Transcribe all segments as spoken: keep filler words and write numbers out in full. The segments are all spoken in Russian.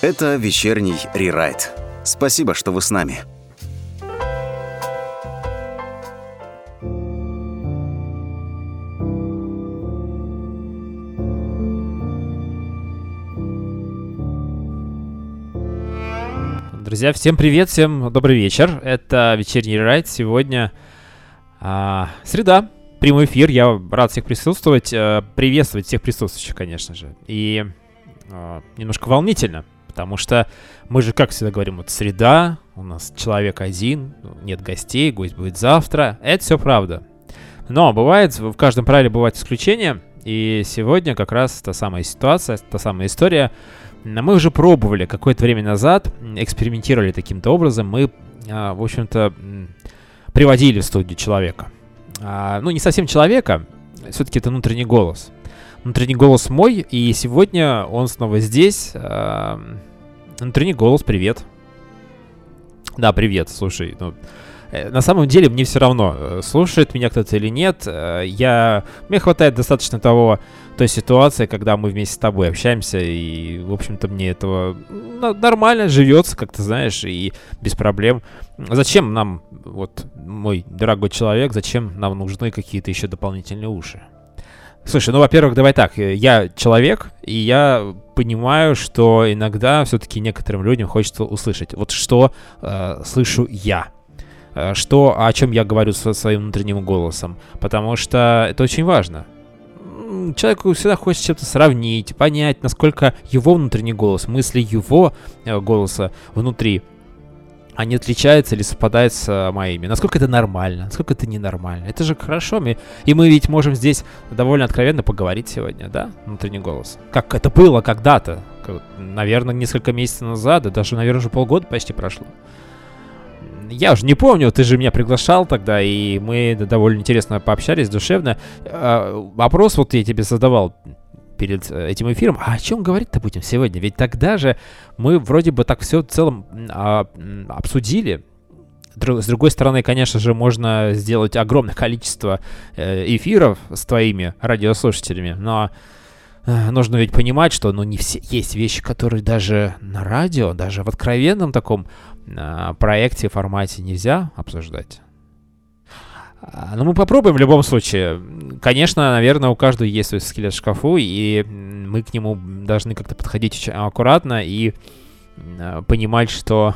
Это вечерний рерайт. Спасибо, что вы с нами. Друзья, всем привет, всем добрый вечер. Это вечерний рерайт. Сегодня а, среда, прямой эфир. Я рад всех присутствовать, а, приветствовать всех присутствующих, конечно же. И а, немножко волнительно, потому что мы же, как всегда говорим, вот среда, у нас человек один, нет гостей, гость будет завтра. Это все правда. Но бывает, в каждом правиле бывают исключения. И сегодня как раз та самая ситуация, та самая история. Мы уже пробовали какое-то время назад, экспериментировали таким-то образом. Мы, в общем-то, приводили в студию человека. Ну, не совсем человека, все-таки это внутренний голос. Внутренний голос мой, и сегодня он снова здесь. Внутренний голос, привет. Да, привет, слушай, ну... На самом деле мне все равно, слушает меня кто-то или нет. Я... Мне хватает достаточно того, той ситуации, когда мы вместе с тобой общаемся, и, в общем-то, мне этого нормально живется, как ты знаешь, и без проблем. Зачем нам, вот, мой дорогой человек, зачем нам нужны какие-то еще дополнительные уши? Слушай, ну, во-первых, давай так, я человек, и я понимаю, что иногда все-таки некоторым людям хочется услышать, вот что э, слышу я. Что, о чем я говорю со своим внутренним голосом, потому что это очень важно. Человеку всегда хочется чем-то сравнить, понять, насколько его внутренний голос, мысли его голоса внутри, они отличаются или совпадают с моими. Насколько это нормально, насколько это ненормально. Это же хорошо, и мы ведь можем здесь довольно откровенно поговорить сегодня, да, внутренний голос. Как это было когда-то, наверное, несколько месяцев назад, да даже, наверное, уже полгода почти прошло. Я уже не помню, ты же меня приглашал тогда, и мы довольно интересно пообщались, душевно. Вопрос вот я тебе задавал перед этим эфиром, а о чем говорить-то будем сегодня? Ведь тогда же мы вроде бы так все в целом обсудили. С другой стороны, конечно же, можно сделать огромное количество эфиров с твоими радиослушателями, но нужно ведь понимать, что ну, не все есть вещи, которые даже на радио, даже в откровенном таком э, проекте, формате нельзя обсуждать. Но мы попробуем в любом случае. Конечно, наверное, у каждого есть свой скелет в шкафу, и мы к нему должны как-то подходить очень аккуратно и э, понимать, что...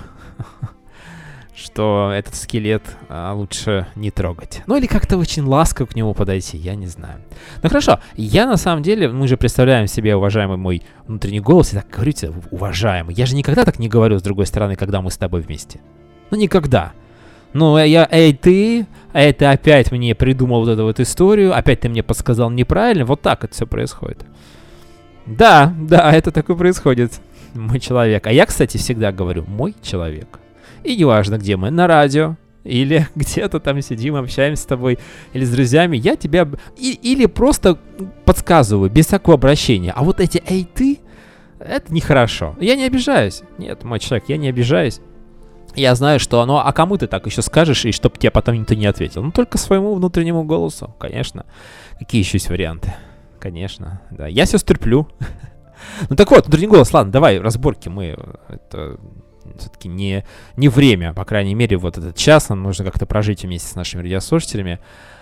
что этот скелет а, лучше не трогать. Ну или как-то очень ласково к нему подойти, я не знаю. Ну хорошо, я на самом деле, мы же представляем себе, уважаемый мой внутренний голос, и так говорю тебе, уважаемый. Я же никогда так не говорю с другой стороны, когда мы с тобой вместе. Ну никогда. Ну я, эй ты, эй ты опять мне придумал вот эту вот историю, опять ты мне подсказал неправильно, вот так это все происходит. Да, да, это такое происходит, мой человек. А я, кстати, всегда говорю, мой человек. И неважно, где мы, на радио, или где-то там сидим, общаемся с тобой, или с друзьями, я тебя... И, или просто подсказываю, без всякого обращения. А вот эти «эй, ты» — это нехорошо. Я не обижаюсь. Нет, мой человек, я не обижаюсь. Я знаю, что оно... А кому ты так еще скажешь, и чтобы тебе потом никто не ответил? Ну, только своему внутреннему голосу, конечно. Какие еще есть варианты? Конечно, да. Я все стерплю. Ну, так вот, внутренний голос, ладно, давай, разборки мы... Это... Все-таки не, не время, по крайней мере, вот этот час нам нужно как-то прожить вместе с нашими радиослушателями.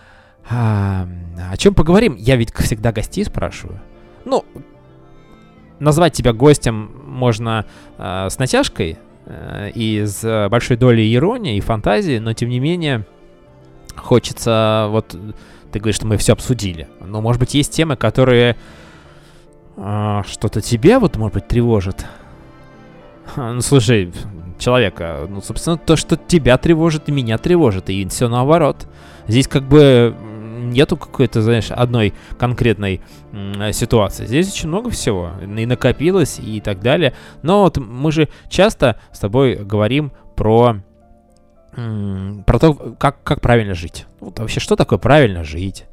А, о чем поговорим? Я ведь всегда гостей спрашиваю. Ну, назвать тебя гостем можно а, с натяжкой а, и с большой долей иронии и фантазии, но тем не менее хочется, вот ты говоришь, что мы все обсудили. Но, может быть, есть темы, которые а, что-то тебе, вот, может быть, тревожит. Ну, слушай, человека, ну, собственно, то, что тебя тревожит, и меня тревожит, и все наоборот. Здесь как бы нету какой-то, знаешь, одной конкретной м- ситуации. Здесь очень много всего, и накопилось, и так далее. Но вот мы же часто с тобой говорим про, м- про то, как, как правильно жить. Вот вообще, что такое правильно жить?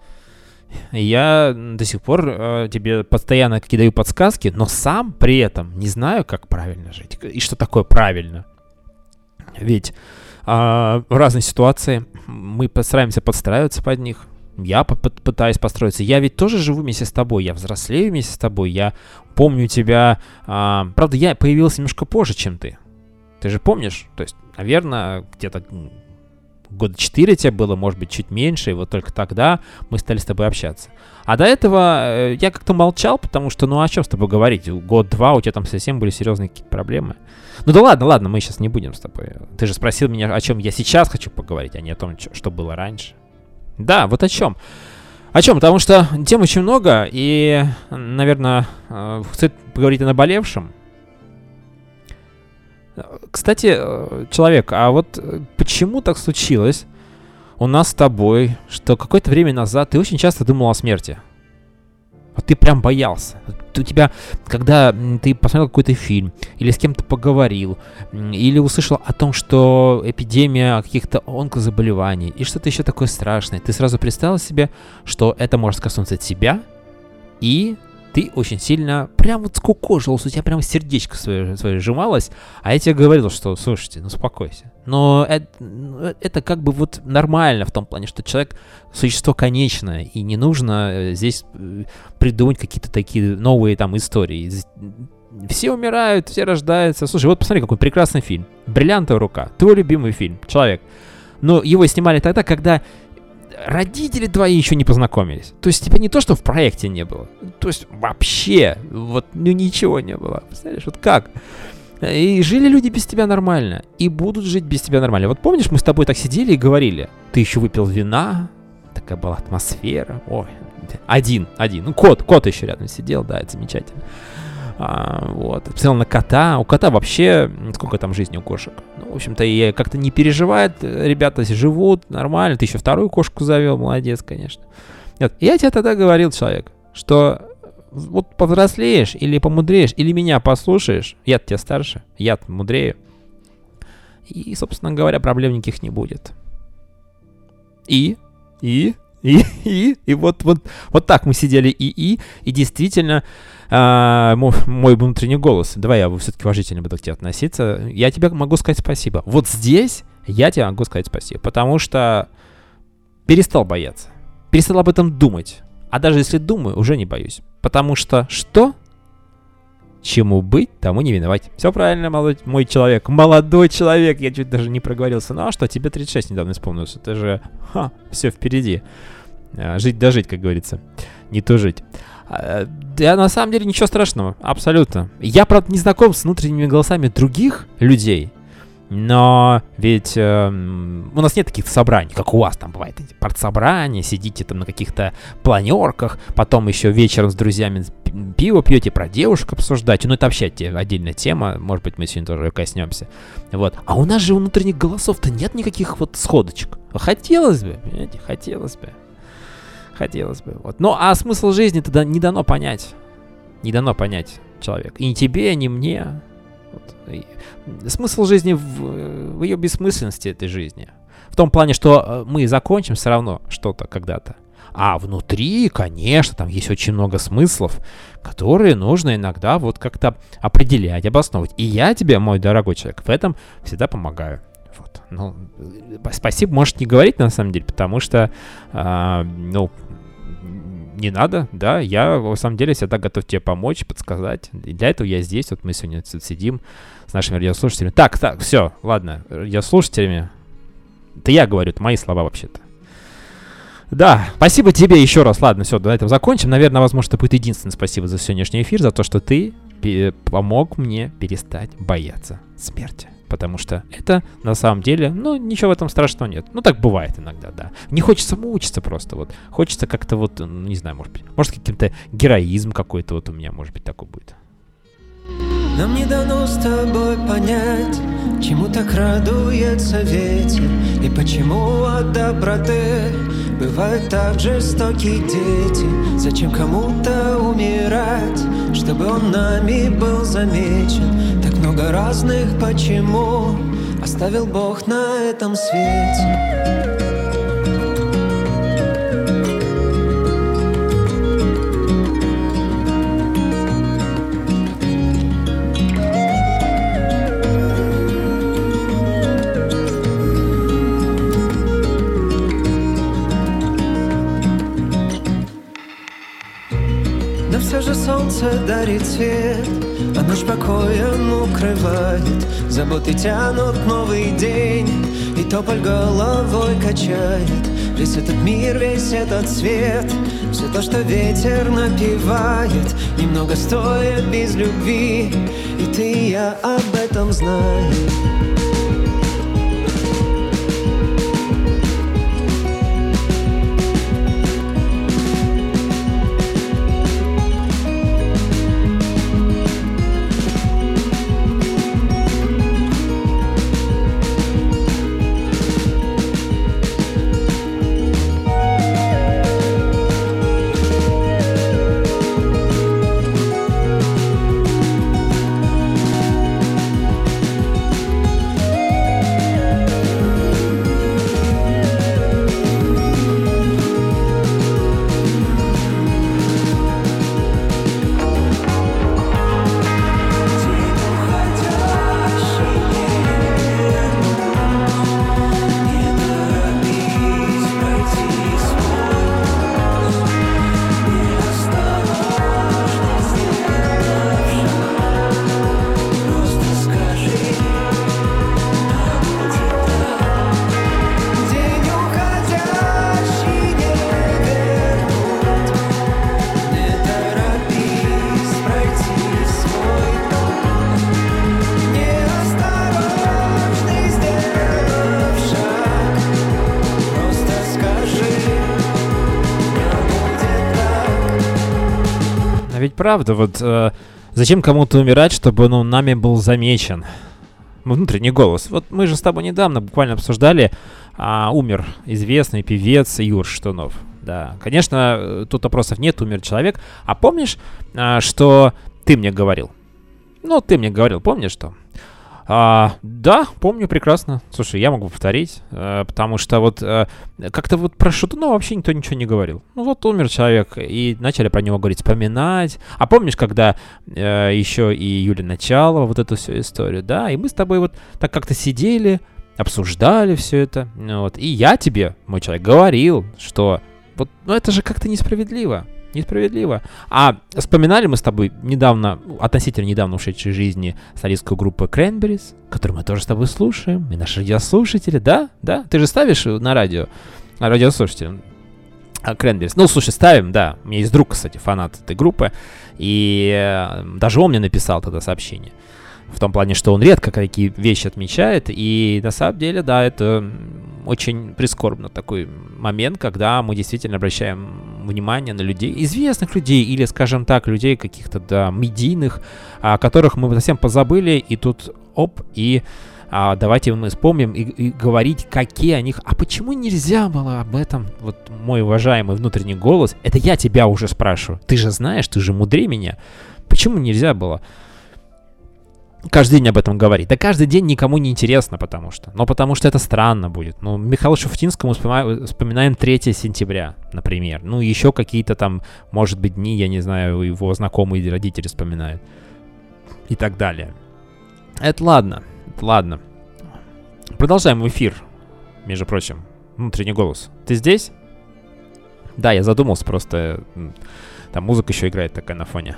Я до сих пор э, тебе постоянно какие даю подсказки, но сам при этом не знаю, как правильно жить. И что такое правильно. Ведь э, в разной ситуации мы постараемся подстраиваться под них. Я пытаюсь построиться. Я ведь тоже живу вместе с тобой. Я взрослею вместе с тобой. Я помню тебя. А, правда, я появился немножко позже, чем ты. Ты же помнишь? То есть, наверное, где-то года четыре тебе было, может быть, чуть меньше. И вот только тогда мы стали с тобой общаться. А до этого я как-то молчал, потому что, ну, о чем с тобой говорить? Год-два у тебя там совсем были серьезные какие-то проблемы. Ну да ладно, ладно, мы сейчас не будем с тобой. Ты же спросил меня, о чем я сейчас хочу поговорить, а не о том, что было раньше. Да, вот о чем. О чем? Потому что тем очень много, и, наверное, стоит поговорить о наболевшем. Кстати, человек, а вот почему так случилось у нас с тобой, что какое-то время назад ты очень часто думал о смерти? Вот ты прям боялся. У тебя, когда ты посмотрел какой-то фильм, или с кем-то поговорил, или услышал о том, что эпидемия каких-то онкозаболеваний, и что-то еще такое страшное, ты сразу представил себе, что это может коснуться тебя, и ты очень сильно прям вот скукожился, у тебя прям сердечко свое, свое сжималось, а я тебе говорил, что, слушайте, ну успокойся. Но это, это как бы вот нормально в том плане, что человек существо конечное, и не нужно здесь придумать какие-то такие новые там истории. Все умирают, все рождаются. Слушай, вот посмотри, какой прекрасный фильм. «Бриллиантовая рука». Твой любимый фильм, человек. Но его снимали тогда, когда родители твои еще не познакомились. То есть тебя не то, что в проекте не было. То есть вообще, вот, ну ничего не было. Представляешь, вот как? И жили люди без тебя нормально. И будут жить без тебя нормально. Вот помнишь, мы с тобой так сидели и говорили, ты еще выпил вина, такая была атмосфера. Ой, один, один. Ну, кот, кот еще рядом сидел, да, это замечательно. А, вот, посмотрел на кота. У кота вообще, сколько там жизни у кошек? Ну, в общем-то, и как-то не переживает. Ребята живут нормально. Ты еще вторую кошку завел, молодец, конечно. Вот. Я тебе тогда говорил, человек, что вот повзрослеешь или помудреешь, или меня послушаешь, я-то тебя старше, я-то мудрею, и, собственно говоря, проблем никаких не будет. И, и, и, и, и вот, вот, вот так мы сидели и, и, и действительно, а, мой, мой внутренний голос, давай я все-таки уважительно буду к тебе относиться, я тебе могу сказать спасибо. Вот здесь я тебе могу сказать спасибо, потому что перестал бояться, перестал об этом думать. А даже если думаю, уже не боюсь. Потому что что? Чему быть, тому не виноват. Все правильно, молодой, мой человек. Молодой человек. Я чуть даже не проговорился. Ну а что, тебе тридцать шесть недавно исполнилось. Это же, ха, все впереди. Жить да жить, как говорится. Не то жить. Да, на самом деле ничего страшного. Абсолютно. Я, правда, не знаком с внутренними голосами других людей. Но ведь э, у нас нет таких собраний, как у вас там бывает, эти партсобрания, сидите там на каких-то планерках, потом еще вечером с друзьями пиво пьете, про девушек обсуждаете. Ну, это вообще отдельная тема, может быть, мы сегодня тоже ее коснемся. Вот. А у нас же внутренних голосов-то нет никаких вот сходочек. Хотелось бы, понимаете, хотелось бы. Хотелось бы. Вот. Ну, а смысл жизни тогда не дано понять. Не дано понять человек. И ни тебе, ни мне. Вот. И смысл жизни в, в ее бессмысленности этой жизни. В том плане, что мы закончим все равно что-то когда-то. А внутри, конечно, там есть очень много смыслов, которые нужно иногда вот как-то определять, обосновывать. И я тебе, мой дорогой человек, в этом всегда помогаю. Вот. Ну, спасибо, можешь не говорить на самом деле, потому что, а, ну, не надо, да, я в самом деле всегда готов тебе помочь, подсказать. И для этого я здесь, вот мы сегодня сидим с нашими радиослушателями. Так, так, все, ладно, радиослушателями. Это я говорю, это мои слова вообще-то. Да, спасибо тебе еще раз. Ладно, все, на этом закончим. Наверное, возможно, это будет единственное спасибо за сегодняшний эфир, за то, что ты помог мне перестать бояться смерти. Потому что это, на самом деле, ну, ничего в этом страшного нет. Ну, так бывает иногда, да. Не хочется мучиться просто, вот. Хочется как-то вот, не знаю, может быть, может, каким-то героизм какой-то вот у меня, может быть, такой будет. Нам не дано с тобой понять, чему так радуется ветер, и почему от доброты бывают так жестокие дети. Зачем кому-то умирать, чтобы он нами был замечен? Так много разных почему оставил Бог на этом свете. солнце дарит свет, а ночь покоем укрывает. Заботы тянут новый день, и тополь головой качает. Весь этот мир, весь этот свет, все то, что ветер напевает, немного стоит без любви, и ты и я об этом знаем. Ведь правда, вот э, зачем кому-то умирать, чтобы он ну, нами был замечен? Внутренний голос. Вот мы же с тобой недавно буквально обсуждали, а, умер известный певец Юр Шатунов. Да, конечно, тут вопросов нет, умер человек. А помнишь, а, что ты мне говорил? Ну, ты мне говорил, помнишь что? А, да, помню прекрасно. Слушай, я могу повторить, э, потому что вот э, как-то вот про Шатунова вообще никто ничего не говорил. Ну вот умер человек, и начали про него говорить, вспоминать. А помнишь, когда э, еще и Юлия Началова, вот эту всю историю, да? И мы с тобой вот так как-то сидели, обсуждали все это. Вот. И я тебе, мой человек, говорил, что вот, ну это же как-то несправедливо. Несправедливо. А вспоминали мы с тобой недавно, относительно недавно ушедшей жизни солистскую группу Cranberries, которую мы тоже с тобой слушаем, и наши радиослушатели, да? Да? Ты же ставишь на радио, на радиослушателям Cranberries? Ну, слушай, ставим, да. У меня есть друг, кстати, фанат этой группы, и э, даже он мне написал тогда сообщение. В том плане, что он редко какие вещи отмечает, и на самом деле, да, это очень прискорбно такой момент, когда мы действительно обращаем внимание на людей, известных людей, или, скажем так, людей каких-то, да, медийных, о которых мы совсем позабыли, и тут оп, и а, давайте мы вспомним и, и говорить, какие о них, а почему нельзя было об этом, вот мой уважаемый внутренний голос, это я тебя уже спрашиваю, ты же знаешь, ты же мудрее меня, почему нельзя было каждый день об этом говорить? Да каждый день никому не интересно, потому что. Но потому что это странно будет. Ну, Михаилу Шуфутинскому вспоминаем, вспоминаем третьего сентября, например. Ну, еще какие-то там, может быть, дни, я не знаю, его знакомые или родители вспоминают. И так далее. Это ладно. Это ладно. Продолжаем эфир, между прочим. Внутренний голос. Ты здесь? Да, я задумался просто. Там музыка еще играет такая на фоне.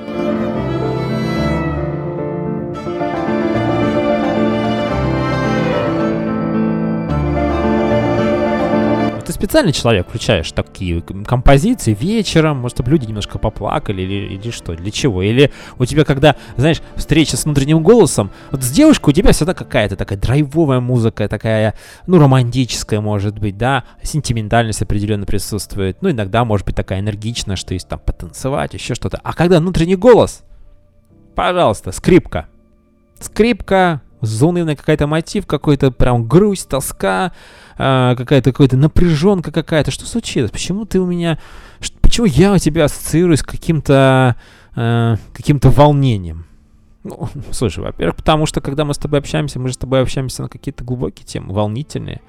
Ты специальный человек, включаешь такие композиции вечером, может, чтобы люди немножко поплакали или, или что, для чего? Или у тебя, когда, знаешь, встреча с внутренним голосом, вот с девушкой у тебя всегда какая-то такая драйвовая музыка, такая, ну, романтическая, может быть, да, сентиментальность определенно присутствует, ну, иногда, может быть, такая энергичная, что есть там потанцевать, еще что-то. А когда внутренний голос, пожалуйста, скрипка, скрипка, заунывный какой-то мотив, какой-то прям грусть, тоска, э, какая-то какая-то напряженка какая-то. Что случилось? Почему ты у меня... Ш- почему я у тебя ассоциируюсь с каким-то э, каким-то волнением? Ну, слушай, во-первых, потому что, когда мы с тобой общаемся, мы же с тобой общаемся на какие-то глубокие темы, волнительные.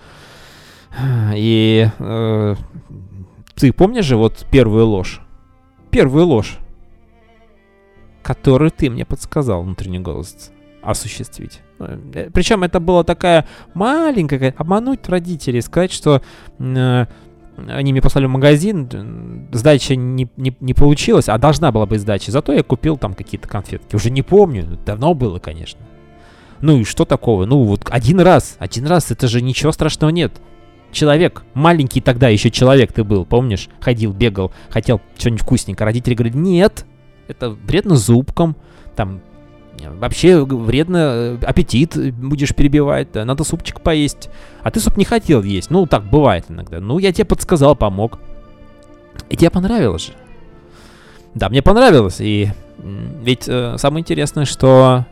И э, ты помнишь же вот первую ложь? Первую ложь, которую ты мне подсказал, внутренний голос, осуществить. Причем это была такая маленькая, обмануть родителей, сказать, что э, они меня послали в магазин, сдача не, не, не получилась, а должна была быть сдача. Зато я купил там какие-то конфетки. Уже не помню, давно было, конечно. Ну и что такого? Ну вот один раз, один раз, это же ничего страшного нет. Человек, маленький тогда еще человек ты был, помнишь? Ходил, бегал, хотел что-нибудь вкусненькое. Родители говорят, нет, это вредно зубкам, там вообще вредно, аппетит будешь перебивать, да, надо супчик поесть. А ты суп не хотел есть, ну так бывает иногда. Ну я тебе подсказал, помог. И тебе понравилось же. Да, мне понравилось. И ведь э, самое интересное, что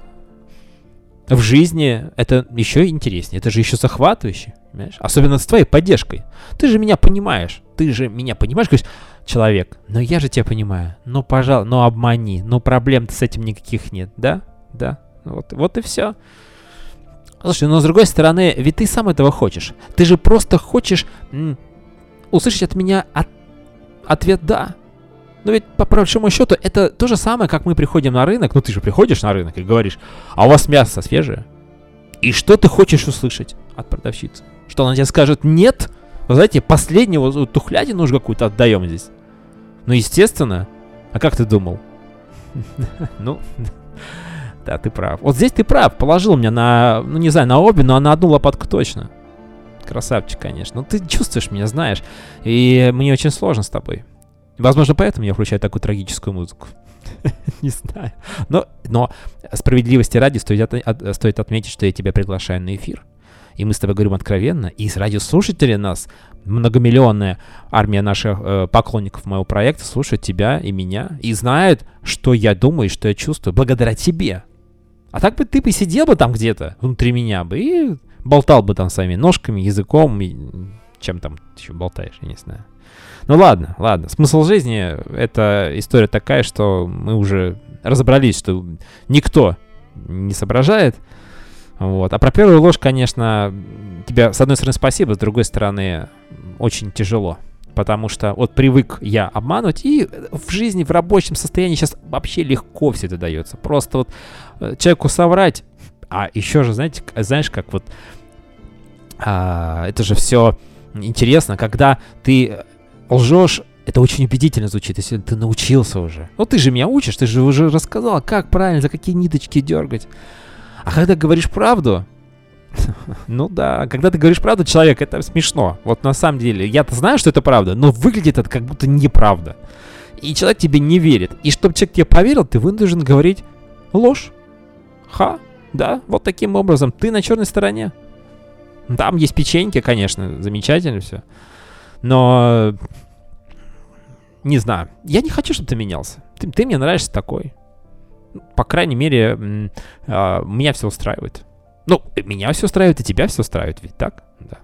в жизни это еще интереснее, это же еще захватывающе, понимаешь? Особенно с твоей поддержкой. Ты же меня понимаешь, ты же меня понимаешь, говоришь, человек, ну я же тебя понимаю, ну пожалуйста, ну обмани, ну проблем-то с этим никаких нет, да? Да, вот, вот и все. Слушай, но с другой стороны, ведь ты сам этого хочешь. Ты же просто хочешь м- услышать от меня от- ответ «да». Но ведь по большому счету это то же самое, как мы приходим на рынок. Ну ты же приходишь на рынок и говоришь, а у вас мясо свежее? И что ты хочешь услышать от продавщицы? Что она тебе скажет нет? Вы знаете, последнего тухлядину уже какую-то отдаем здесь. Ну естественно. А как ты думал? Ну, да, ты прав. Вот здесь ты прав. Положил меня на, ну не знаю, на обе, но на одну лопатку точно. Красавчик, конечно. Ну ты чувствуешь меня, знаешь. И мне очень сложно с тобой. Возможно, поэтому я включаю такую трагическую музыку. Не знаю. Но, но справедливости ради стоит, от, от, стоит отметить, что я тебя приглашаю на эфир. И мы с тобой говорим откровенно. И радиослушатели нас, многомиллионная армия наших э, поклонников моего проекта, слушают тебя и меня. И знают, что я думаю и что я чувствую. Благодаря тебе. А так бы ты бы сидел бы там где-то внутри меня бы и болтал бы там своими ножками, языком. И чем там ты еще болтаешь, я не знаю. Ну ладно, ладно. Смысл жизни — это история такая, что мы уже разобрались, что никто не соображает. Вот. А про первую ложь, конечно, тебе, с одной стороны, спасибо, с другой стороны, очень тяжело. Потому что вот привык я обманывать, и в жизни, в рабочем состоянии сейчас вообще легко все это дается. Просто вот человеку соврать, а еще же, знаете, знаешь, как вот а, это же все интересно, когда ты лжешь, это очень убедительно звучит, если ты научился уже. Ну ты же меня учишь, ты же уже рассказал, как правильно, за какие ниточки дергать. А когда говоришь правду, ну да, когда ты говоришь правду, человек, это смешно. Вот на самом деле, я-то знаю, что это правда, но выглядит это как будто неправда. И человек тебе не верит. И чтобы человек тебе поверил, ты вынужден говорить ложь. Ха, да, вот таким образом. Ты на черной стороне. Там есть печеньки, конечно, замечательно все. Но, не знаю, я не хочу, чтобы ты менялся. Ты, ты мне нравишься такой. По крайней мере, м- а, меня все устраивает. Ну, меня все устраивает, и тебя все устраивает, ведь так?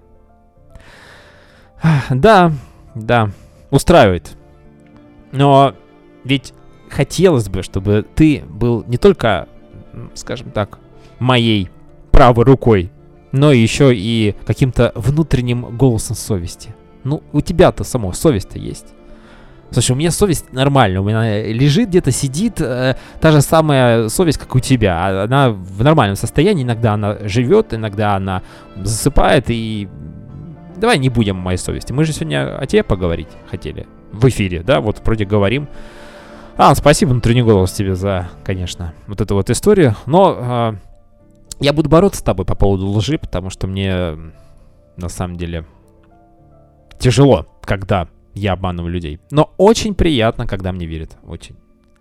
Да. Да, да, устраивает. Но ведь хотелось бы, чтобы ты был не только, скажем так, моей правой рукой, но еще и каким-то внутренним голосом совести. Ну, у тебя-то само совесть-то есть. Слушай, у меня совесть нормальная, у меня лежит где-то, сидит, э, та же самая совесть, как у тебя. Она в нормальном состоянии, иногда она живет, иногда она засыпает, и давай не будем о моей совести. Мы же сегодня о тебе поговорить хотели в эфире, да, вот вроде говорим. А, спасибо, внутренний голос тебе за, конечно, вот эту вот историю, но э, я буду бороться с тобой по поводу лжи, потому что мне на самом деле тяжело, когда я обманываю людей. Но очень приятно, когда мне верят. Очень.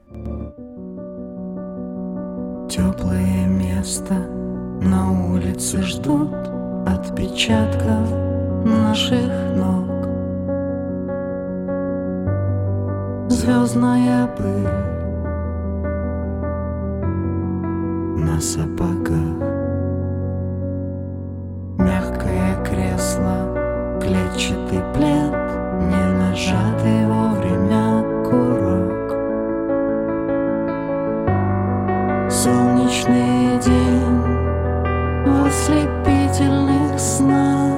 Теплое место на улице ждут отпечатков наших ног. Звездная пыль на сапогах. Мягкое кресло, клетчатый плед, не нажатый вовремя курок. Солнечный день в ослепительных снах.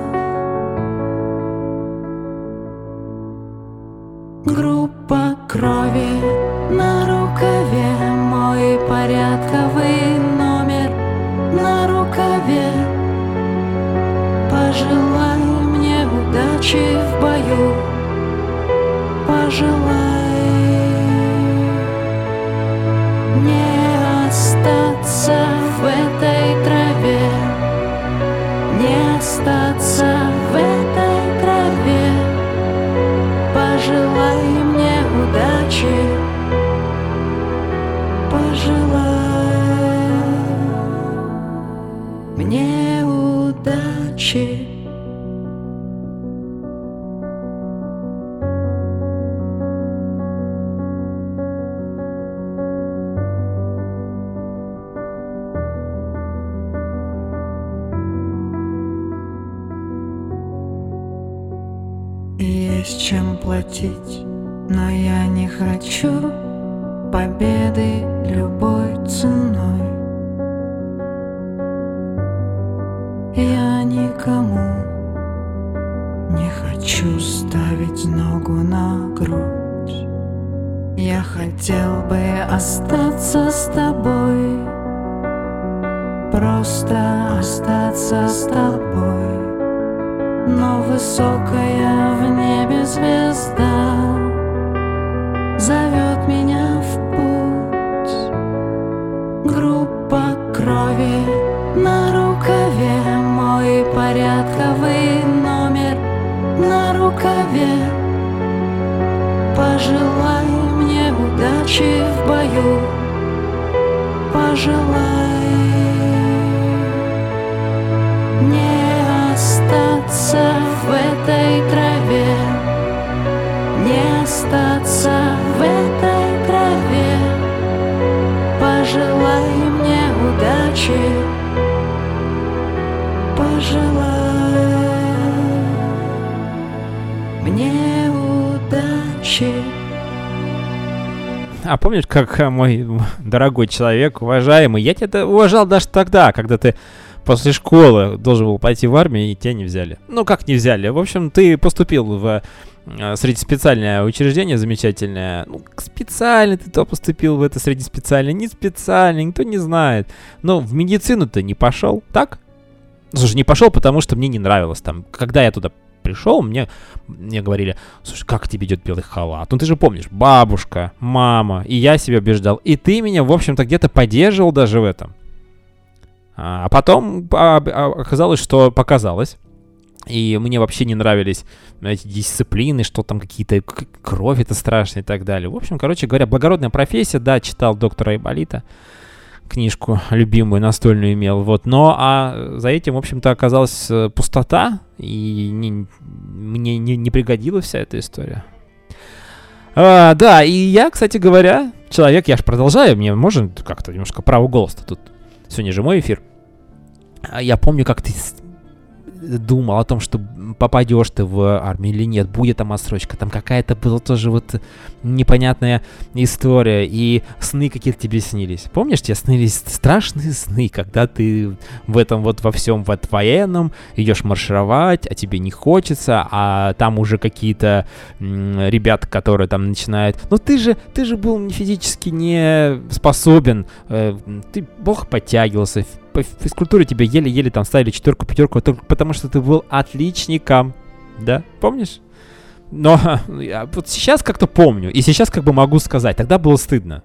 Группа крови на рукаве, мой порядковый номер на рукаве. Пожелай мне удачи в бою. есть чем платить, но я не хочу победы любой ценой. Я никому не хочу ставить ногу на грудь. Я хотел бы остаться с тобой, просто остаться с тобой. Но высокая в небе звезда зовет меня в путь. Группа крови на рукаве, мой порядковый номер на рукаве. Пожелай мне удачи в бою, пожелай не остаться в этой траве, не остаться в этой траве. Пожелай мне удачи, пожелай мне удачи. А помнишь, как мой дорогой человек, уважаемый, я тебя уважал даже тогда, когда ты после школы должен был пойти в армию, и тебя не взяли. Ну, как не взяли? В общем, ты поступил в среднеспециальное учреждение замечательное. Ну, специально ты то поступил в это среднеспециальное, не специально, никто не знает. Но в медицину ты не пошел, так? Слушай, не пошел, потому что мне не нравилось там. Когда я туда пришел, мне, мне говорили: слушай, как тебе идет белый халат? Ну, ты же помнишь, бабушка, мама, и я себя убеждал. И ты меня, в общем-то, где-то поддерживал даже в этом. А потом а, а, оказалось, что показалось. И мне вообще не нравились эти дисциплины, что там какие-то кровь это страшно и так далее. В общем, короче говоря, благородная профессия. Да, читал доктора Айболита, книжку любимую, настольную имел. Вот. Но а за этим, в общем-то, оказалась пустота. И не, мне не, не пригодилась вся эта история. А, да, и я, кстати говоря, человек, я же продолжаю, мне можно как-то немножко право голоса тут. Сегодня же мой эфир. Я помню, как ты думал о том, что попадешь ты в армию или нет, будет там отсрочка, там какая-то была тоже вот непонятная история, и сны какие-то тебе снились. Помнишь, тебе снились страшные сны, когда ты в этом вот во всем вот военном идешь маршировать, а тебе не хочется, а там уже какие-то м- ребята, которые там начинают... Ну ты же, ты же был физически не способен, э, ты плохо подтягивался, по физкультуре тебя еле-еле там ставили четверку, пятерку, только потому что ты был отличником, да, помнишь? Но я вот сейчас как-то помню, и сейчас как бы могу сказать, тогда было стыдно.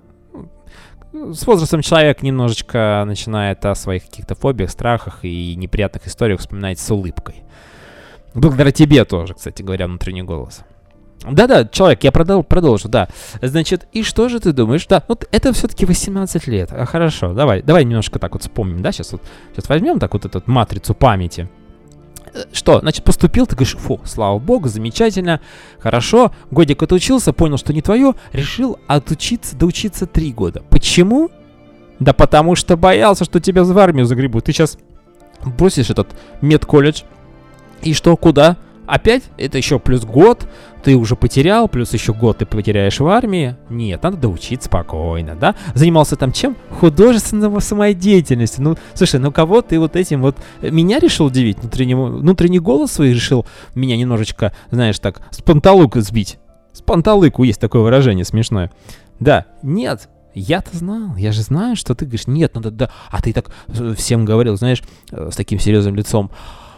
С возрастом человек немножечко начинает о своих каких-то фобиях, страхах и неприятных историях вспоминать с улыбкой. Благодаря тебе тоже, кстати говоря, внутренний голос. Да-да, человек, я продол- продолжу, да. Значит, и что же ты думаешь? Да, вот это все-таки восемнадцать лет. А, хорошо, давай, давай немножко так вот вспомним, да, сейчас вот, сейчас возьмем так вот эту матрицу памяти. Что, значит, поступил, ты говоришь: фу, слава богу, замечательно, хорошо, годик отучился, понял, что не твое, решил отучиться, доучиться три года. Почему? Да потому что боялся, что тебя в армию загребут. Ты сейчас бросишь этот медколледж, и что, куда? Опять? Это еще плюс год ты уже потерял, плюс еще год ты потеряешь в армии. Нет, надо доучиться спокойно, да? Занимался там чем? Художественной самодеятельностью. Ну, слушай, ну кого ты вот этим вот... Меня решил удивить? Внутренний, внутренний голос свой решил меня немножечко, знаешь, так, с панталыку сбить. С панталыку есть такое выражение смешное. Да, нет. Я-то знал, я же знаю, что ты говоришь: нет, надо, да. А ты так всем говорил, знаешь, с таким серьезным лицом: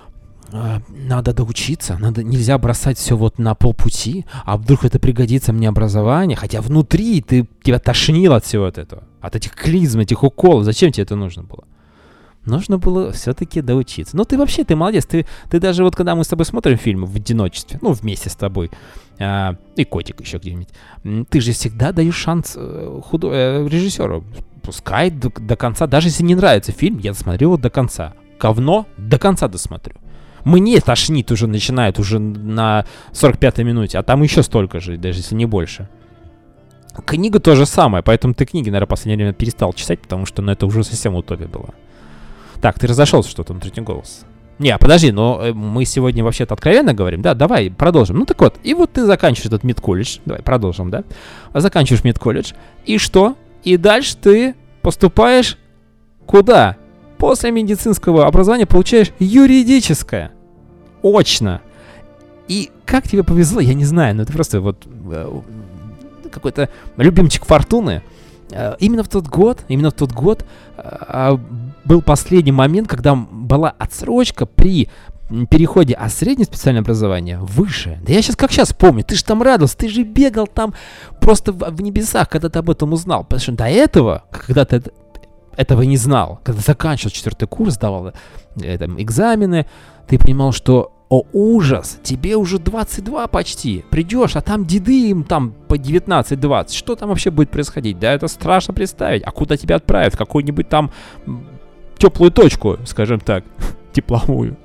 надо доучиться, надо, нельзя бросать все вот на полпути, а вдруг это пригодится мне образование, хотя внутри ты, тебя тошнило от всего от этого, от этих клизм, этих уколов. Зачем тебе это нужно было? Нужно было все-таки доучиться. Ну ты вообще, ты молодец, ты, ты даже вот когда мы с тобой смотрим фильмы в одиночестве, ну вместе с тобой, а, и котик еще где-нибудь, ты же всегда даешь шанс худо... режиссеру, пускай до, до конца, даже если не нравится фильм, я досмотрю его до конца. Говно до конца досмотрю. Мне тошнит уже, начинает уже на сорок пятой минуте, а там еще столько же, даже если не больше. Книга то же самое, поэтому ты книги, наверное, в последнее время перестал читать, потому что, ну, это уже совсем утопия была. Так, ты разошелся что-то, внутренний голос. Не, подожди, но мы сегодня вообще-то откровенно говорим, да, давай продолжим. Ну так вот, и вот ты заканчиваешь этот медколледж, давай продолжим, да, заканчиваешь медколледж, и что? И дальше ты поступаешь куда? После медицинского образования получаешь юридическое, очно. И как тебе повезло, я не знаю, но это просто вот какой-то любимчик фортуны. Именно в тот год, именно в тот год был последний момент, когда была отсрочка при переходе от среднего специального образования выше. Да я сейчас как сейчас помню, ты же там радовался, ты же бегал там просто в, в небесах, когда ты об этом узнал. Потому что до этого, когда ты этого не знал, когда заканчивал четвертый курс, сдавал э, там, экзамены, ты понимал, что о, ужас, тебе уже двадцать два почти, придешь, а там деды им там по девятнадцать-двадцать, что там вообще будет происходить? Да это страшно представить, а куда тебя отправят? В какую-нибудь там теплую точку, скажем так, тепловую.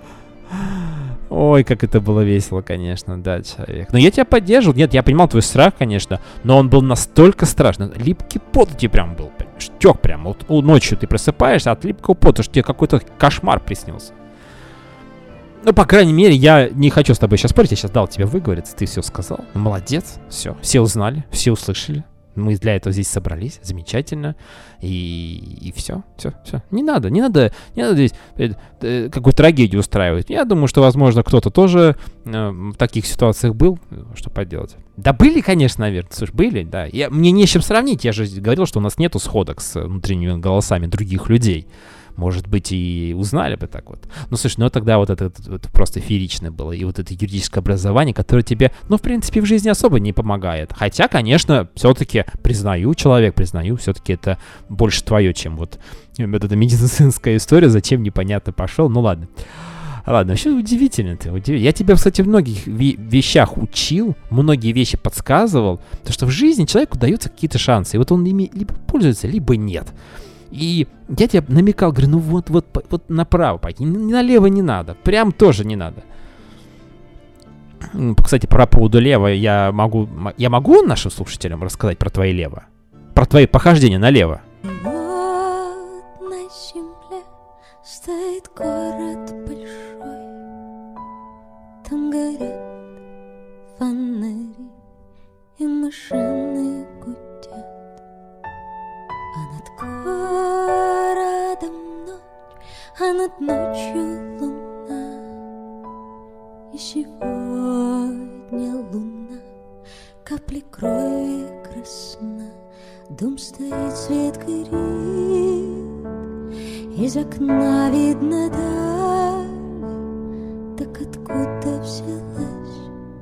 Ой, как это было весело, конечно, да, человек. Но я тебя поддерживал, нет, я понимал твой страх, конечно, но он был настолько страшный, липкий пот у тебя прям был, штёк прям, вот ночью ты просыпаешься от липкого пота, что тебе какой-то кошмар приснился. Ну, по крайней мере, я не хочу с тобой сейчас спорить, я сейчас дал тебе выговориться, ты все сказал. Молодец, все, все узнали, все услышали. Мы для этого здесь собрались, замечательно. И, и все, все, все. Не надо, не надо, не надо здесь э, э, какую-то трагедию устраивать. Я думаю, что, возможно, кто-то тоже э, в таких ситуациях был. Что поделать? Да были, конечно, наверное. Слушай, были, да. Я, мне не с чем сравнить. Я же говорил, что у нас нету сходок с внутренними голосами других людей. Может быть, и узнали бы так вот. Ну, слушай, ну тогда вот это, это, это просто феерично было. И вот это юридическое образование, которое тебе, ну, в принципе, в жизни особо не помогает. Хотя, конечно, все-таки признаю, человек, признаю, все-таки это больше твое, чем вот, вот эта медицинская история, зачем непонятно пошел. Ну, ладно. Ладно, вообще удивительно ты. Удив... Я тебя, кстати, в многих ви- вещах учил, многие вещи подсказывал. Потому что в жизни человеку даются какие-то шансы. И вот он ими либо пользуется, либо нет. И я тебе намекал, говорю, ну вот, вот, вот направо пойти, налево не надо, прям тоже не надо. Кстати, про поводу лево я могу, я могу нашим слушателям рассказать про твои лево? Про твои похождения налево? Вот на земле стоит город большой, там горят фонари и машины гудят. А над городом ночь, а над ночью луна. И сегодня луна капли крови красна. Дом стоит, свет горит, из окна видно даль. Так откуда взялась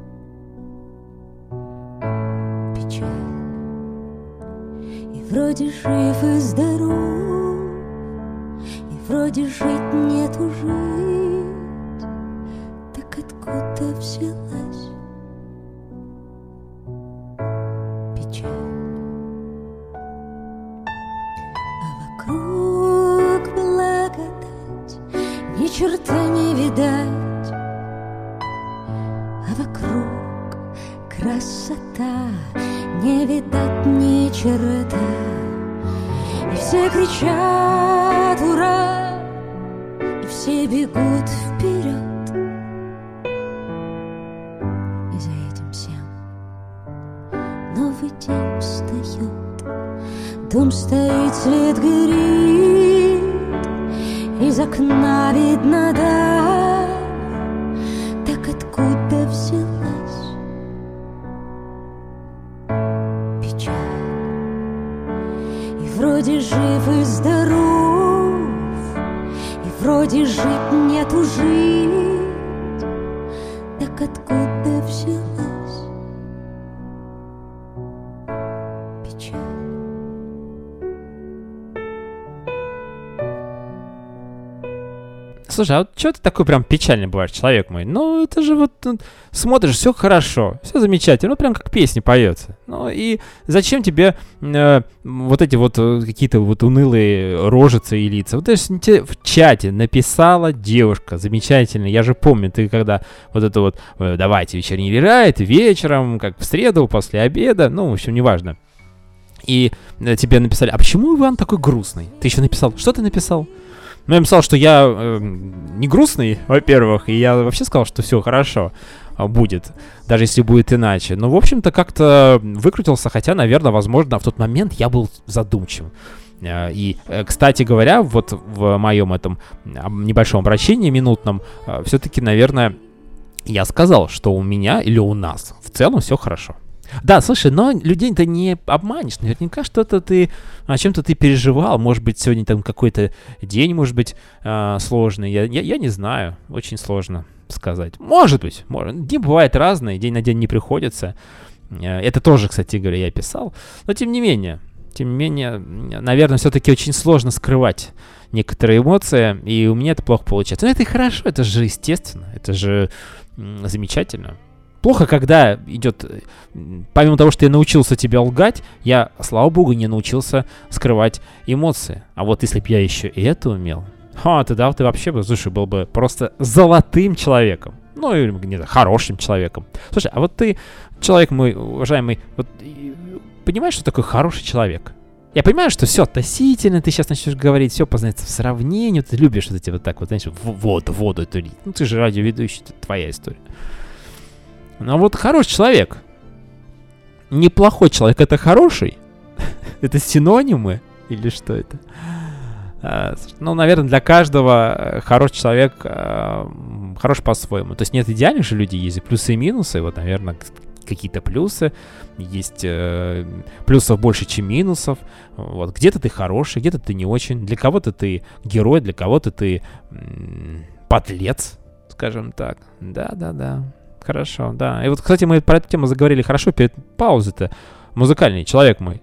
печаль? Вроде жив и здоров, и вроде жить нету жить. Так откуда взялась печаль? А вокруг благодать, ни черта не видать. А вокруг красота, не видать ни черта. И все кричат ура, и все бегут вперед. И за этим всем новый день встает. Дом стоит, свет горит, из окна видно даль. Так откуда взялась печаль? И вроде жив и здоров, и вроде жить нету жить. Так откуда взялась печаль? Слушай, а вот что ты такой прям печальный бываешь, человек мой? Ну, это же вот ну, смотришь, все хорошо, все замечательно, ну, прям как песня поется. Ну, и зачем тебе э, вот эти вот э, какие-то вот унылые рожицы и лица? Вот это тебе в чате написала девушка, замечательно. Я же помню, ты когда вот это вот, э, давайте вечерний рерайт, вечером, как в среду, после обеда, ну, в общем, неважно. И э, тебе написали, а почему Иван такой грустный? Ты еще написал, что ты написал? Ну, я им сказал, что я э, не грустный, во-первых, и я вообще сказал, что все хорошо будет, даже если будет иначе. Но, в общем-то, как-то выкрутился, хотя, наверное, возможно, в тот момент я был задумчивым. И, кстати говоря, вот в моем этом небольшом обращении минутном, все-таки, наверное, я сказал, что у меня или у нас в целом все хорошо. Да, слушай, но людей-то не обманешь. Наверняка что-то ты, о чем-то ты переживал. Может быть, сегодня там какой-то день, может быть, э, сложный. Я, я, я не знаю, очень сложно сказать. Может быть, может. Дни бывают разные, день на день не приходится. Это тоже, кстати говоря, я писал. Но тем не менее, тем не менее, наверное, все-таки очень сложно скрывать некоторые эмоции, и у меня это плохо получается. Но это и хорошо, это же естественно, это же м- замечательно. Плохо, когда идет, помимо того, что я научился тебя лгать, я, слава богу, не научился скрывать эмоции. А вот если бы я еще и это умел, ха, тогда ты вообще бы, слушай, был бы просто золотым человеком. Ну, или, не знаю, хорошим человеком. Слушай, а вот ты, человек мой уважаемый, вот понимаешь, что такое хороший человек? Я понимаю, что все относительно, ты сейчас начнешь говорить, все познается в сравнении, ты любишь вот эти вот так вот, знаешь, в воду, воду эту лить. Ну, ты же радиоведущий, это твоя история. Но вот хороший человек, неплохой человек, это хороший? Это синонимы? Или что это? А, ну, наверное, для каждого хороший человек а, хорош по-своему. То есть нет идеальных же людей, есть плюсы и минусы. Вот, наверное, какие-то плюсы. Есть э, плюсов больше, чем минусов. Вот, где-то ты хороший, где-то ты не очень. Для кого-то ты герой, для кого-то ты м- подлец, скажем так. Да-да-да. Хорошо, да. И вот, кстати, мы про эту тему заговорили хорошо перед паузой-то. Музыкальный человек мой.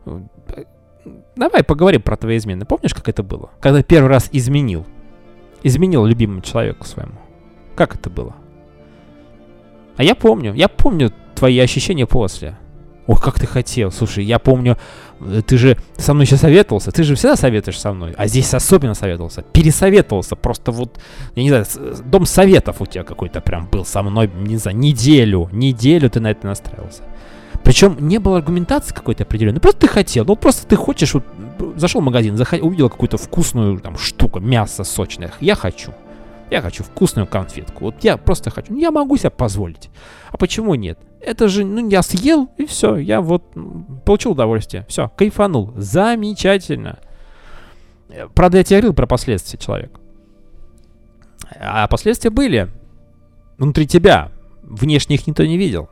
Давай поговорим про твои измены. Помнишь, как это было? Когда первый раз изменил. Изменил любимому человеку своему. Как это было? А я помню. Я помню твои ощущения после. Ох, как ты хотел. Слушай, я помню, ты же со мной еще советовался. Ты же всегда советуешь со мной. А здесь особенно советовался. Пересоветовался. Просто вот, я не знаю, дом советов у тебя какой-то прям был со мной, не знаю, неделю. Неделю ты на это настраивался. Причем не было аргументации какой-то определенной. Просто ты хотел. Ну, просто ты хочешь. Вот, зашел в магазин, захот... увидел какую-то вкусную там штуку, мясо сочное. Я хочу. Я хочу вкусную конфетку. Вот я просто хочу. Я могу себе позволить. А почему нет? Это же, ну, я съел, и все. Я вот получил удовольствие. Все, кайфанул. Замечательно. Правда, я тебе говорил про последствия, человек. А последствия были внутри тебя. Внешне их никто не видел.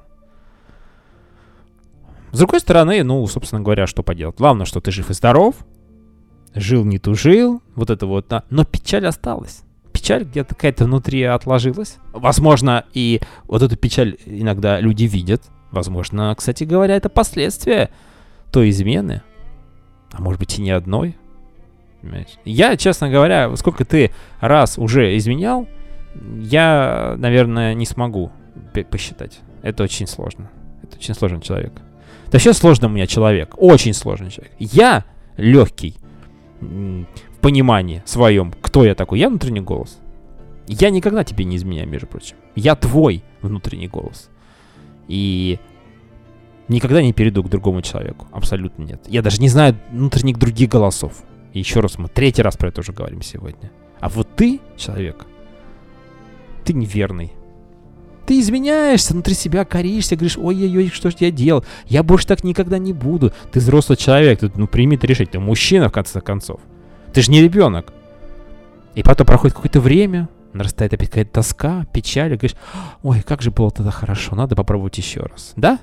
С другой стороны, ну, собственно говоря, что поделать? Главное, что ты жив и здоров. Жил, не тужил. Вот это вот. Да. Но печаль осталась. Печаль где-то какая-то внутри отложилась. Возможно, и вот эту печаль иногда люди видят. Возможно, кстати говоря, это последствия той измены. А может быть и не одной. Понимаешь? Я, честно говоря, сколько ты раз уже изменял, я, наверное, не смогу посчитать. Это очень сложно. Это очень сложный человек. Это вообще сложный у меня человек. Очень сложный человек. Я легкий в понимании своем, кто я такой. Я внутренний голос. Я никогда тебе не изменяю, между прочим. Я твой внутренний голос. И никогда не перейду к другому человеку. Абсолютно нет. Я даже не знаю внутренних других голосов. И еще раз, мы третий раз про это уже говорим сегодня. А вот ты, человек, ты неверный. Ты изменяешься, внутри себя коришься, говоришь, ой-ой-ой, что ж я делал? Я больше так никогда не буду. Ты взрослый человек, ты, ну, прими это решение. Ты мужчина, в конце концов. Ты же не ребенок. И потом проходит какое-то время, нарастает опять какая-то тоска, печаль, и говоришь, ой, как же было тогда хорошо, надо попробовать еще раз. Да?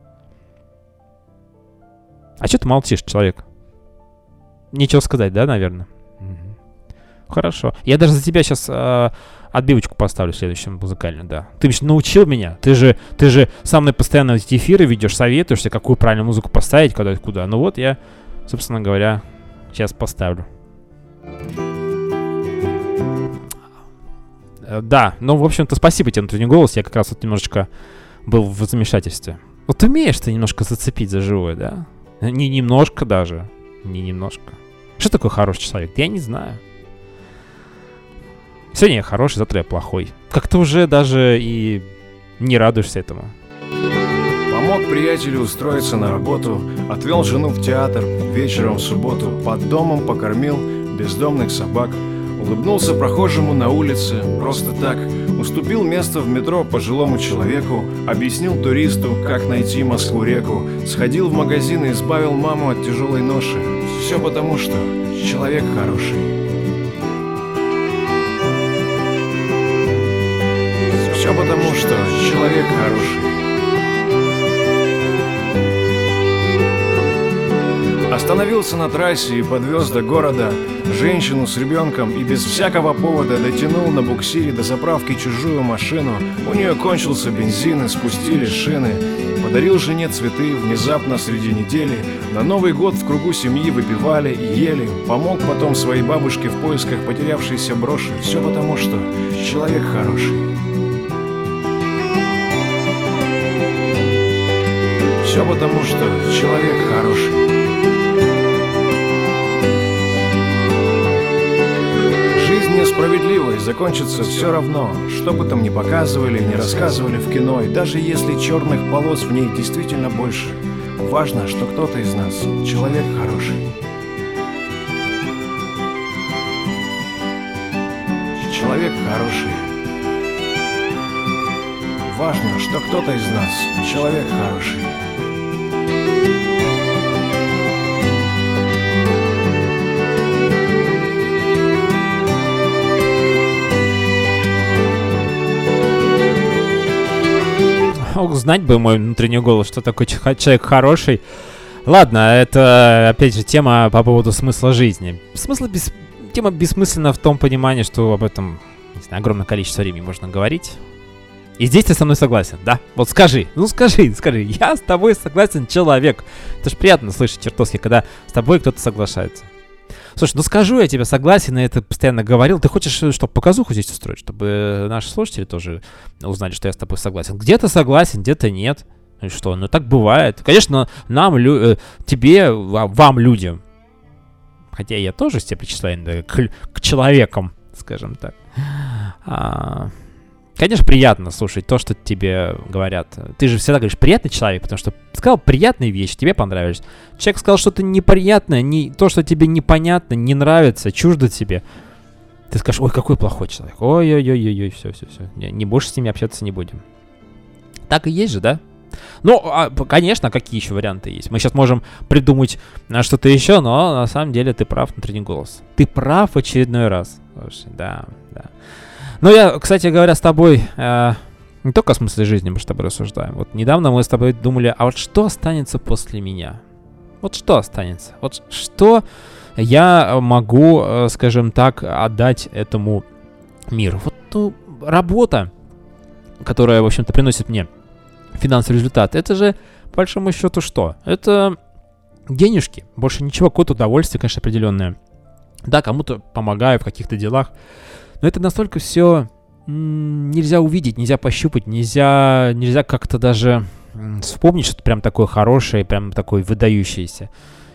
А что ты молчишь, человек? Нечего сказать, да, наверное? Угу. Хорошо. Я даже за тебя сейчас э, отбивочку поставлю следующем музыкально, да. Ты ведь научил меня. Ты же, ты же со мной постоянно эти эфиры ведешь, советуешься, какую правильную музыку поставить, когда и куда. Ну вот я, собственно говоря, сейчас поставлю. Да, ну, в общем-то, спасибо тебе, внутренний голос. Я как раз вот немножечко был в замешательстве. Вот умеешь ты немножко зацепить за живое, да? Не немножко даже. Не немножко. Что такое хороший человек? Я не знаю. Сегодня я хороший, завтра я плохой. Как-то уже даже и не радуешься этому. Помог приятелю устроиться на работу, отвел жену в театр вечером в субботу, под домом покормил бездомных собак, Улыбнулся прохожему на улице, просто так. Уступил место в метро пожилому человеку. Объяснил туристу, как найти Москву-реку. Сходил в магазин и избавил маму от тяжелой ноши. Все потому, что человек хороший. Все потому, что человек хороший. Остановился на трассе и подвез до города женщину с ребенком и без всякого повода дотянул на буксире до заправки чужую машину. У нее кончился бензин и спустили шины. Подарил жене цветы внезапно среди недели. На Новый год в кругу семьи выпивали и ели. Помог потом своей бабушке в поисках потерявшейся броши. Все потому, что человек хороший. Все потому, что человек хороший. Несправедливо и закончится все равно, что бы там ни показывали, ни рассказывали в кино. И даже если черных полос в ней действительно больше, важно, что кто-то из нас человек хороший. Человек хороший. Важно, что кто-то из нас человек хороший. Узнать бы мой внутренний голос, что такое человек хороший. Ладно, это, опять же, тема по поводу смысла жизни. Смысл бес... Тема бессмысленна в том понимании, что об этом, не знаю, огромное количество времени можно говорить. И здесь ты со мной согласен, да? Вот скажи, ну скажи, скажи, я с тобой согласен, человек. Это ж приятно слышать чертовски, когда с тобой кто-то соглашается. Слушай, ну скажу я тебе, согласен, и это постоянно говорил. Ты хочешь, чтобы показуху здесь устроить, чтобы наши слушатели тоже узнали, что я с тобой согласен? Где-то согласен, где-то нет. Ну что, ну так бывает. Конечно, нам, лю- тебе, вам, людям, хотя я тоже себя причисляю да, к, к человекам, скажем так. А, конечно, приятно слушать то, что тебе говорят. Ты же всегда говоришь приятный человек, потому что сказал приятные вещи, тебе понравились. Человек сказал что-то неприятное, не, то, что тебе непонятно, не нравится, чуждо тебе. Ты скажешь, ой, какой плохой человек. Ой-ой-ой-ой, все, все, все. Не, не больше с ними общаться не будем. Так и есть же, да? Ну, а, конечно, какие еще варианты есть? Мы сейчас можем придумать что-то еще, но на самом деле ты прав, внутренний голос. Ты прав в очередной раз. Слушай, да, да. Ну, я, кстати говоря, с тобой э, не только о смысле жизни мы с тобой рассуждаем. Вот недавно мы с тобой думали, а вот что останется после меня? Вот что останется? Вот что я могу, э, скажем так, отдать этому миру? Вот ну, работа, которая, в общем-то, приносит мне финансовый результат, это же, по большому счету, что? Это денежки, больше ничего, какое-то удовольствие, конечно, определенное. Да, кому-то помогаю в каких-то делах, но это настолько все м- нельзя увидеть, нельзя пощупать, нельзя, нельзя как-то даже м- вспомнить что-то прям такое хорошее, прям такое выдающееся.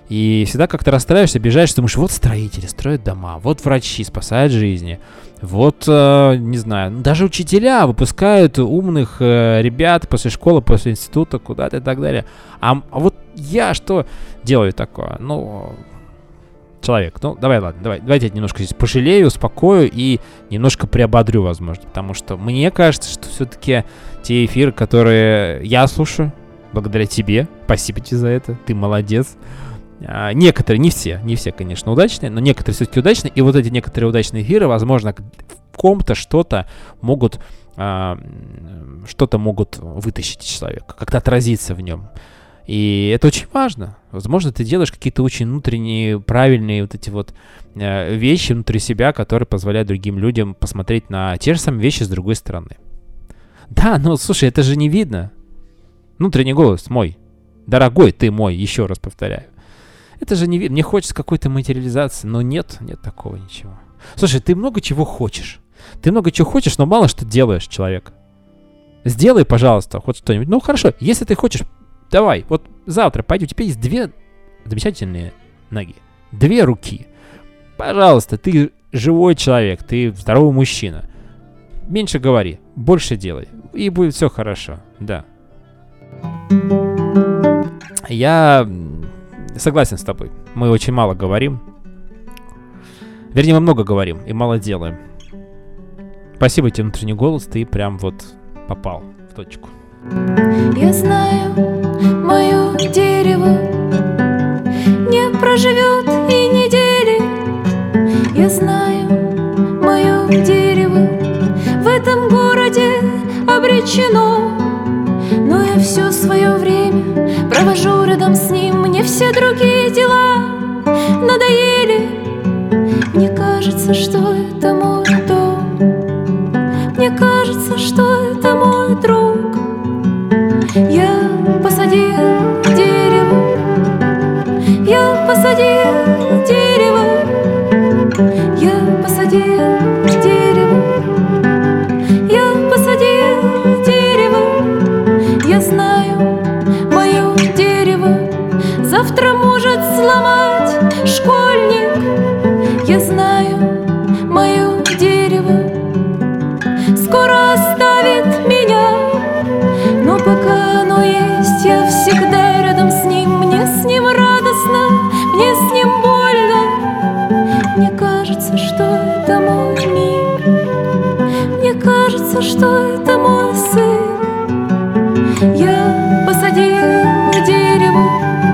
И всегда как-то расстраиваешься, обижаешься, думаешь, вот строители строят дома, вот врачи спасают жизни, вот, э, не знаю, даже учителя выпускают умных э, ребят после школы, после института, куда-то и так далее. А, а вот я что делаю такое? Ну, человек, ну, давай, ладно, давай, давайте я немножко здесь пожалею, успокою и немножко приободрю, возможно, потому что мне кажется, что все-таки те эфиры, которые я слушаю, благодаря тебе, спасибо тебе за это, ты молодец. А, некоторые, не все, не все, конечно, удачные, но некоторые все-таки удачные. И вот эти некоторые удачные эфиры, возможно, в ком-то что-то могут, а, что-то могут вытащить из человека, как-то отразиться в нем. И это очень важно. Возможно, ты делаешь какие-то очень внутренние, правильные вот эти вот а, вещи внутри себя, которые позволяют другим людям посмотреть на те же самые вещи с другой стороны. Да, но слушай, это же не видно. Внутренний голос мой. Дорогой ты мой, еще раз повторяю. Это же не видно. Мне хочется какой-то материализации, но нет, нет такого ничего. Слушай, ты много чего хочешь. Ты много чего хочешь, но мало что делаешь, человек. Сделай, пожалуйста, хоть что-нибудь. Ну, хорошо, если ты хочешь, давай, вот завтра пойди, у тебя есть две замечательные ноги, две руки. Пожалуйста, ты живой человек, ты здоровый мужчина. Меньше говори, больше делай, и будет все хорошо, да. Я... согласен с тобой. Мы очень мало говорим. Вернее, мы много говорим и мало делаем. Спасибо тебе, внутренний голос, ты прям вот попал в точку. Я знаю, мое дерево не проживет и недели. Я знаю, мое дерево в этом городе обречено. Но я все свое время провожу рядом с ним. Мне все другие дела надоели. Мне кажется, что это мой дом. Мне кажется, что это мой друг. Я посадил дерево. Я посадил дерево. Я посадил дерево. Я посадил дерево. Я знаю, мое дерево завтра может сломать школьник. Я знаю, мое дерево скоро оставит меня. Но пока оно есть, я всегда рядом с ним. Мне с ним радостно, мне с ним больно. Мне кажется, что это мой мир. Мне кажется, что это мой сын. Я посадил дерево.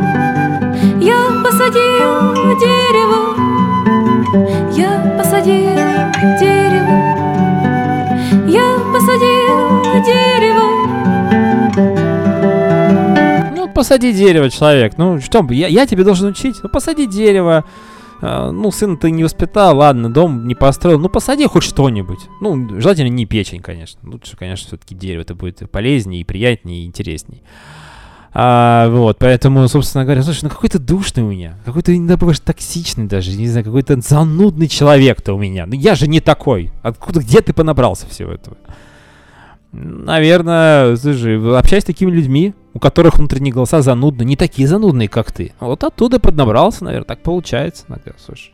Я посадил дерево. Я посадил дерево. Я посадил дерево. Ну, посади дерево, человек. Ну, что, я, я тебе должен учить? Ну, посади дерево. А, ну, сына ты не воспитал, ладно, дом не построил. Ну, посади хоть что-нибудь. Ну, желательно не печень, конечно. Лучше, конечно, все-таки дерево. Это будет и полезнее, и приятнее, и интересней. А, вот, поэтому, собственно говоря, слушай, ну какой-то душный у меня. Какой-то, иногда бываешь, токсичный даже. Не знаю, какой-то занудный человек-то у меня. Ну, я же не такой. Откуда, где ты понабрался всего этого? Наверное, слушай, общаюсь с такими людьми, у которых внутренние голоса занудны, не такие занудные, как ты. Вот оттуда поднабрался, наверное, так получается иногда, слушай.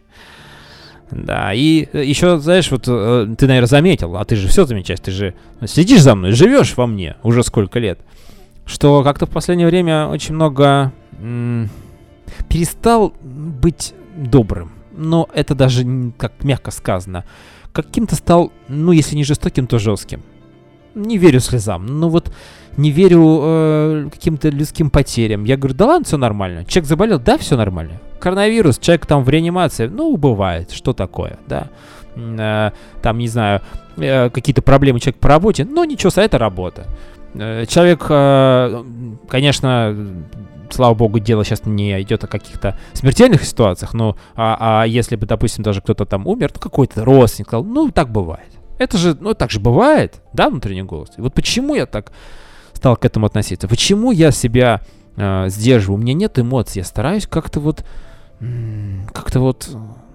Да, и еще, знаешь, вот ты, наверное, заметил, а ты же все замечаешь, ты же следишь за мной, живешь во мне уже сколько лет, что как-то в последнее время очень много м- перестал быть добрым. Но это даже, как мягко сказано, каким-то стал, ну, если не жестоким, то жестким. Не верю слезам, ну вот не верю э, каким-то людским потерям. Я говорю, да ладно, все нормально. Человек заболел, да, все нормально. Коронавирус, человек там в реанимации, ну, бывает, что такое, да. Э, там, не знаю, э, какие-то проблемы человек по работе, но ничего, это работа. Э, человек, э, конечно, слава богу, дело сейчас не идет о каких-то смертельных ситуациях, но а, а если бы, допустим, даже кто-то там умер, то какой-то родственник сказал, ну, так бывает. Это же, ну, так же бывает, да, внутренний голос. И вот почему я так стал к этому относиться? Почему я себя э, сдерживаю? У меня нет эмоций, я стараюсь как-то вот, м- как-то вот,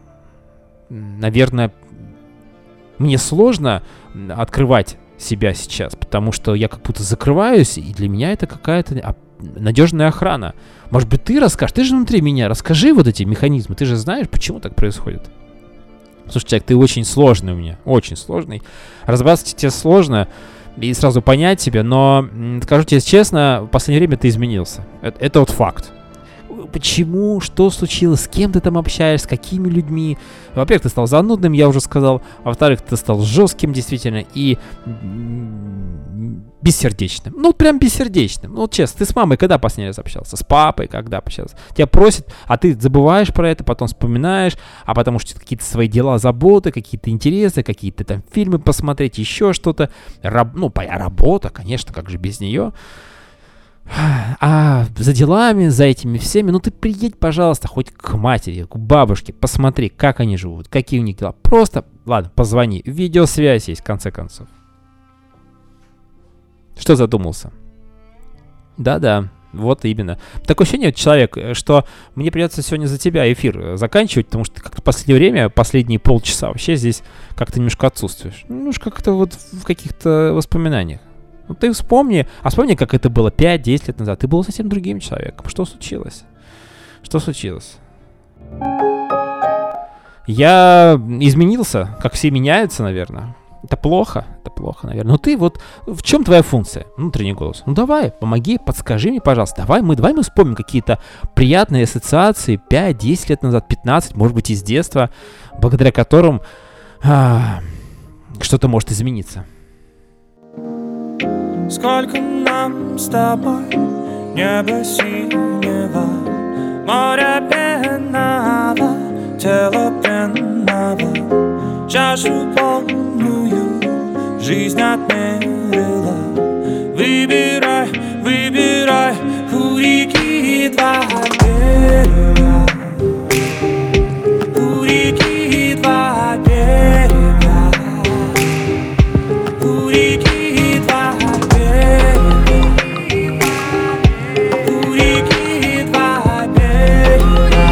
наверное, мне сложно открывать себя сейчас, потому что я как будто закрываюсь, и для меня это какая-то надежная охрана. Может быть, ты расскажешь, ты же внутри меня, расскажи вот эти механизмы, ты же знаешь, почему так происходит. Слушай, человек, ты очень сложный у меня, очень сложный. Разобраться тебе сложно и сразу понять тебя, но, скажу тебе честно, в последнее время ты изменился. Это, это вот факт. Почему, что случилось, с кем ты там общаешься, с какими людьми? Во-первых, ты стал занудным, я уже сказал. А во-вторых, ты стал жестким действительно и бессердечным. Ну, прям бессердечным. Ну, честно, ты с мамой когда последний раз общался? С папой когда общался? Тебя просят, а ты забываешь про это, потом вспоминаешь, а потому что какие-то свои дела, заботы, какие-то интересы, какие-то там фильмы посмотреть, еще что-то. Раб, ну, работа, конечно, как же без нее. А за делами, за этими всеми, ну ты приедь, пожалуйста, хоть к матери, к бабушке, посмотри, как они живут, какие у них дела. Просто, ладно, позвони, видеосвязь есть, в конце концов. Что задумался? Да-да, вот именно. Такое ощущение, человек, что мне придется сегодня за тебя эфир заканчивать, потому что как-то в последнее время, последние полчаса вообще здесь как-то немножко отсутствуешь. Немножко как-то вот в каких-то воспоминаниях. Ну ты вспомни, а вспомни, как это было пять-десять лет назад. Ты был совсем другим человеком. Что случилось? Что случилось? Я изменился, как все меняются, наверное. Это плохо, это плохо, наверное. Но ты вот, в чем твоя функция? Внутренний голос. Ну давай, помоги, подскажи мне, пожалуйста. Давай мы, давай мы вспомним какие-то приятные ассоциации пять-десять лет назад, пятнадцать, может быть, из детства, благодаря которым а, что-то может измениться. Сколько нам с тобой небо синего, море пенного, тело пенного, чашу полную жизнь отмерила. Выбирай, выбирай, у реки два берега, у реки два берега, у реки два берега, у реки два берега.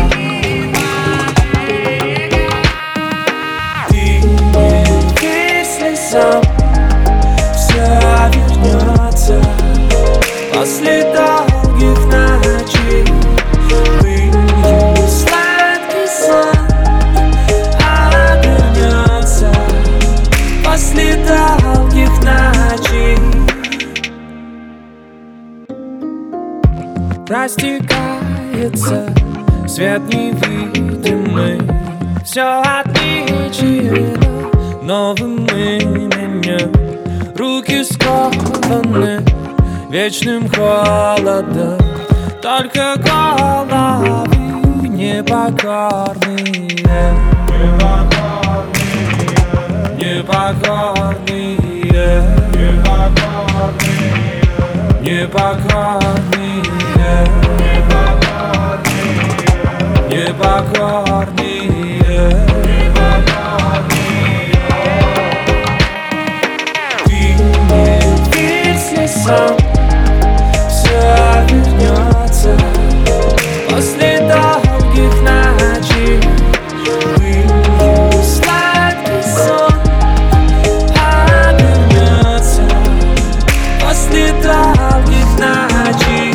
Ты не верь слезам, все вернется после долгих ночей. Выйдет сладкий сон, обернется после долгих ночей. Растекается свет невидимый, все отмечено новым именем. Руки скованы вечным холодом, только головы непокорные, непокорные, непокорные, непокорные, непокорные, непокорные. Сам все вернется после долгих ночей. Выйдет сладкий сон, обернется после долгих ночей.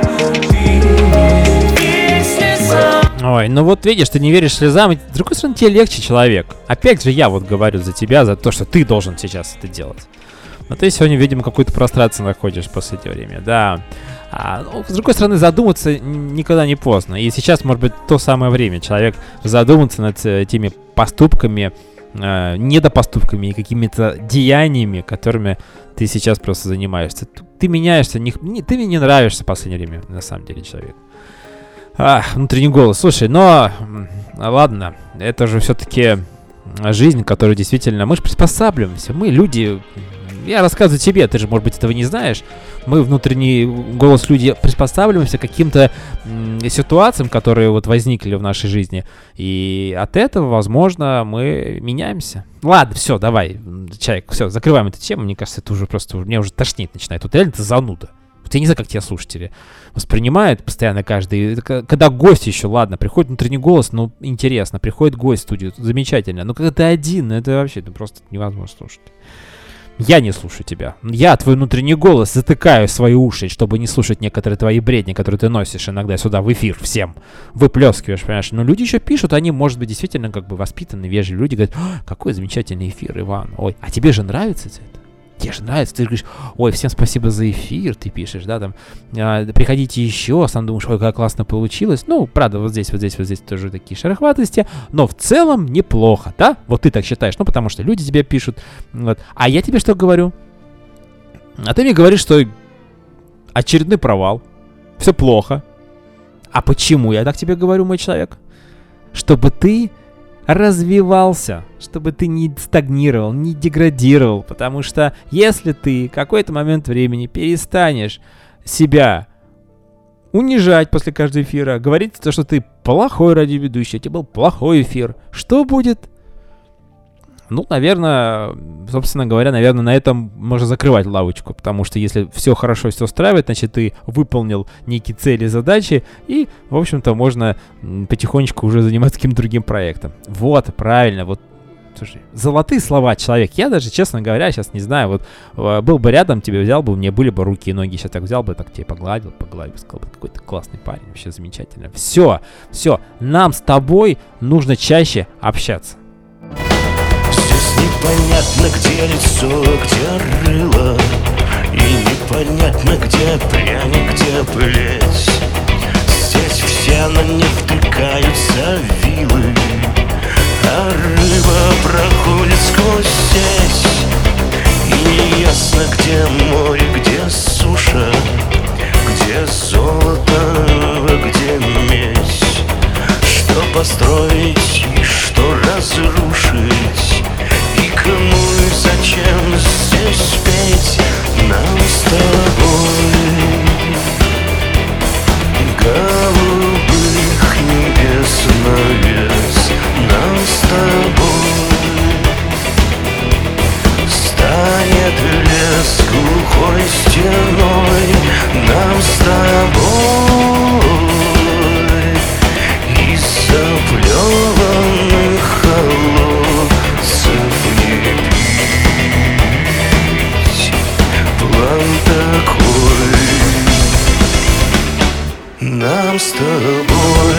Ой, ну вот видишь, ты не веришь слезам, и с другой стороны тебе легче, человек. Опять же я вот говорю за тебя, за то, что ты должен сейчас это делать. Но ты сегодня, видимо, какую-то прострацию находишь в последнее время, да. А, ну, с другой стороны, задуматься никогда не поздно. И сейчас, может быть, то самое время. Человек задуматься над теми поступками, э, недопоступками и какими-то деяниями, которыми ты сейчас просто занимаешься. Ты, ты меняешься, не, не, ты мне не нравишься в последнее время, на самом деле, человек. А, внутренний голос. Слушай, но ладно, это же все-таки жизнь, которую действительно... Мы же приспосабливаемся, мы люди... Я рассказываю тебе, ты же, может быть, этого не знаешь. Мы, внутренний голос люди, приспосабливаемся к каким-то м- ситуациям, которые вот возникли в нашей жизни. И от этого, возможно, мы меняемся. Ладно, все, давай, человек, все, закрываем эту тему. Мне кажется, это уже просто, мне уже тошнить начинает. Вот реально ты зануда. Вот я не знаю, как тебя слушатели воспринимают постоянно каждый. Когда гость еще, ладно, приходит внутренний голос, ну, интересно, приходит гость в студию, замечательно. Но когда ты один, ну, это вообще ну, просто невозможно слушать. Я не слушаю тебя. Я твой внутренний голос затыкаю в свои уши, чтобы не слушать некоторые твои бредни, которые ты носишь иногда сюда в эфир всем. Выплескиваешь, понимаешь? Но люди еще пишут, они, может быть, действительно как бы воспитанные, вежливые люди. Говорят, какой замечательный эфир, Иван. Ой, а тебе же нравится это? Тебе же нравится, ты говоришь, ой, всем спасибо за эфир, ты пишешь, да, там, а, приходите еще, сам думаешь, ой, как классно получилось. Ну, правда, вот здесь, вот здесь, вот здесь тоже такие шероховатости, но в целом неплохо, да? Вот ты так считаешь, ну, потому что люди тебе пишут, вот. А я тебе что говорю? А ты мне говоришь, что очередной провал, все плохо. А почему я так тебе говорю, мой человек? Чтобы ты развивался, чтобы ты не стагнировал, не деградировал, потому что если ты в какой-то момент времени перестанешь себя унижать после каждого эфира, говорить то, что ты плохой радиоведущий, у тебя был плохой эфир, что будет? Ну, наверное, собственно говоря, наверное, на этом можно закрывать лавочку, потому что если все хорошо, все устраивает, значит, ты выполнил некие цели, задачи, и, в общем-то, можно потихонечку уже заниматься каким-то другим проектом. Вот, правильно, вот, слушай, золотые слова, человек. Я даже, честно говоря, сейчас не знаю, вот, был бы рядом, тебе взял бы, у меня были бы руки и ноги, сейчас так взял бы, так тебе погладил, погладил, сказал бы, какой ты классный парень, вообще замечательно. Все, все, нам с тобой нужно чаще общаться. Здесь непонятно, где лицо, где рыло, и непонятно, где пряник, где плеть. Здесь все на них втыкаются вилы, а рыба проходит сквозь сеть. И неясно, где море, где суша, где золото, где медь. Что построить и что разрушить, и кому и зачем здесь петь нам с тобой. Голубых небес навес нам с тобой. Станет лес глухой стеной нам с тобой. Из заплеванных холодцев не пить. План такой нам с тобой.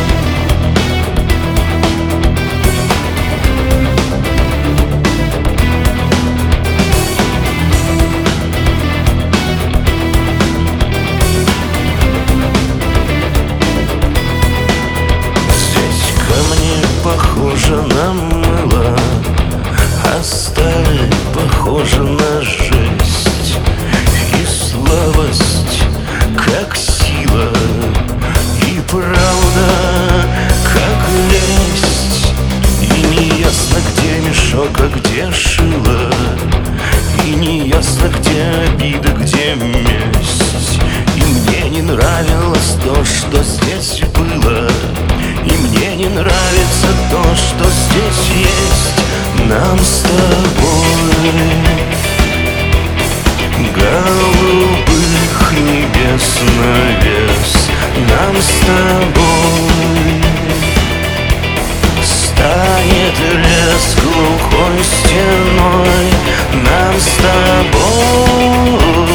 Похоже на мыло, а сталь похожа на жесть. И слабость, как сила, и правда, как лесть. И неясно, где мешок, а где шило, и неясно, где обида, где месть. И мне не нравилось то, что здесь было, и мне не нравится то, что здесь есть нам с тобой. Голубых небес навес нам с тобой. Станет лес глухой стеной нам с тобой.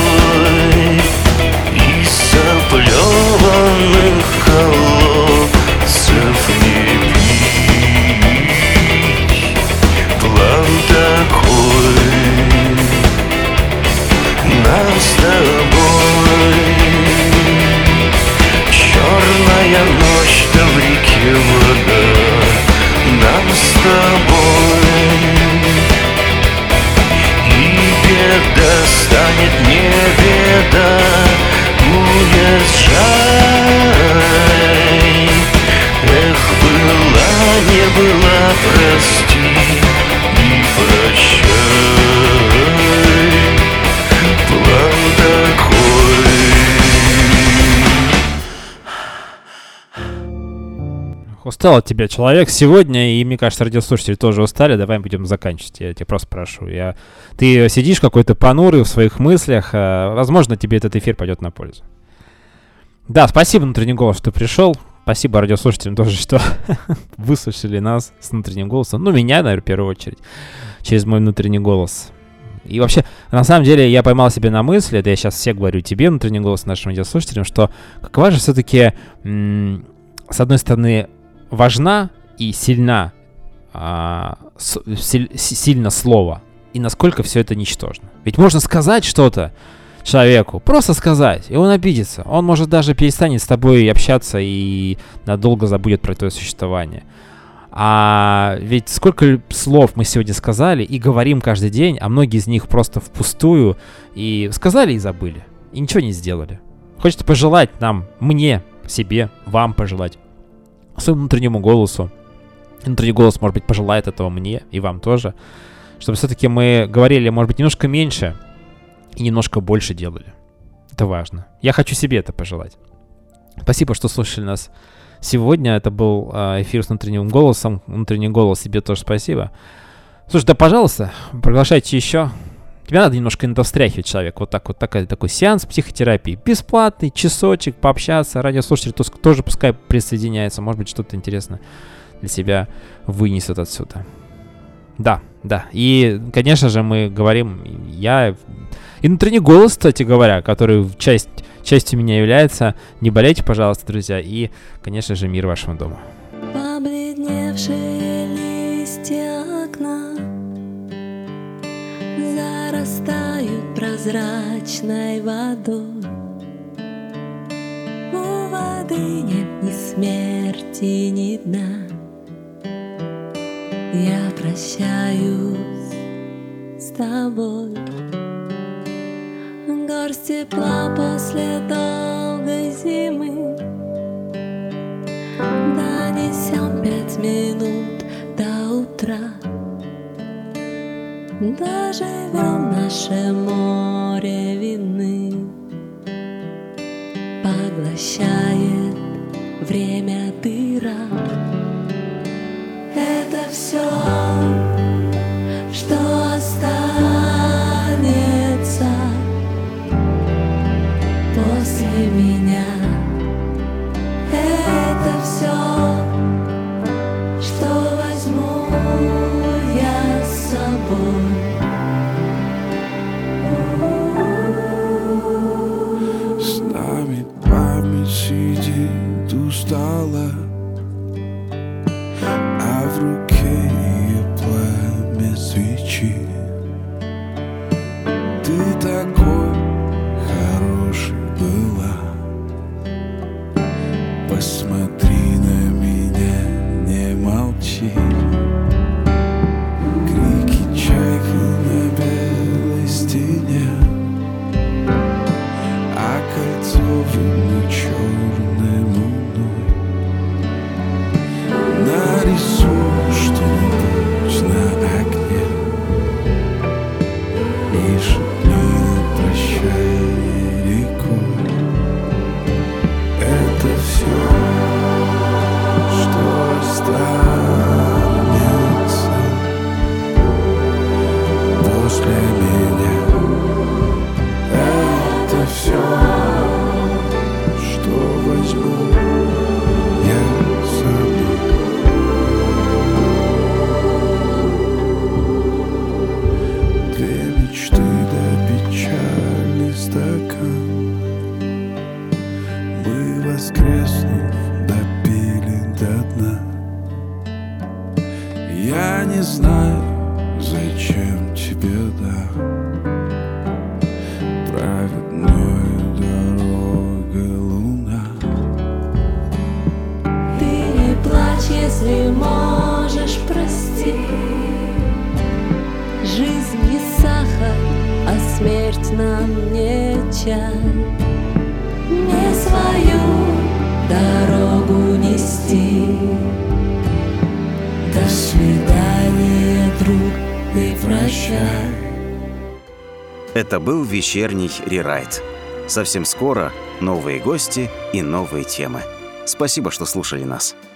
Из заплеванных колодцев не пить. План такой нам с тобой. Черная ночь, да в реке вода нам с тобой. И беда станет не беда, уезжай. Эх, была, не была, прости и прощай. План такой. Устал от тебя человек сегодня, и мне кажется, радиослушатели тоже устали. Давай будем заканчивать, я тебя просто прошу. Я... Ты сидишь какой-то понурый в своих мыслях, а, возможно, тебе этот эфир пойдет на пользу. Да, спасибо, внутренний голос, что пришел. Спасибо радиослушателям тоже, что выслушали нас с внутренним голосом. Ну, меня, наверное, в первую очередь, через мой внутренний голос. И вообще, на самом деле, я поймал себя на мысли, это я сейчас все говорю тебе, внутренний голос, нашим радиослушателям, что какова же все-таки, м- с одной стороны, важна и сильна, а, с, силь, сильно слово, и насколько все это ничтожно. Ведь можно сказать что-то человеку, просто сказать, и он обидится. Он, может, даже перестанет с тобой общаться и надолго забудет про твое существование. А ведь сколько слов мы сегодня сказали и говорим каждый день, а многие из них просто впустую, и сказали и забыли, и ничего не сделали. Хочется пожелать нам, мне, себе, вам пожелать, своему внутреннему голосу. Внутренний голос, может быть, пожелает этого мне и вам тоже, чтобы все-таки мы говорили, может быть, немножко меньше и немножко больше делали. Это важно. Я хочу себе это пожелать. Спасибо, что слушали нас сегодня. Это был э, эфир с внутренним голосом. Внутренний голос, себе тоже спасибо. Слушай, да, пожалуйста, приглашайте еще. Тебе надо немножко иногда встряхивать человек. Вот так вот такой, такой сеанс психотерапии. Бесплатный, часочек, пообщаться. Радиослушатели тоже пускай присоединяются. Может быть, что-то интересное для себя вынесут отсюда. Да, да. И, конечно же, мы говорим, я... И внутренний голос, кстати говоря, который часть, частью меня является. Не болейте, пожалуйста, друзья. И, конечно же, мир вашему дому. Побледневшие листья окна растают прозрачной водой. У воды нет ни смерти, ни дна. Я прощаюсь с тобой. Горсть тепла после долгой зимы. Донесем пять минут до утра. Доживем наше море вины. Поглощает время дыра. Это все, что останется после меня. Это все, что возьму я с собой. С нами память сидит устала, а в руке ее пламя свечи. Ты такой хороший была. Посмотри на меня, не молчи. Крики чайки на белой стене, а кольцо видно черной луной. Нарисуй что-нибудь на окне и шепни на прощание рекой. Это все, что останется после меня. Это все, что возьму я с собой. Две мечты до печали стакан. Мы, воскреснув, допили до дна. Я не знаю, зачем тебе, да, праведною дорогой луна. Ты не плачь, если можешь простить. Жизнь не сахар, а смерть нам не чай. Не свою дорогу нести. До свидания, друг, и прощай. Это был вечерний рерайт. Совсем скоро новые гости и новые темы. Спасибо, что слушали нас.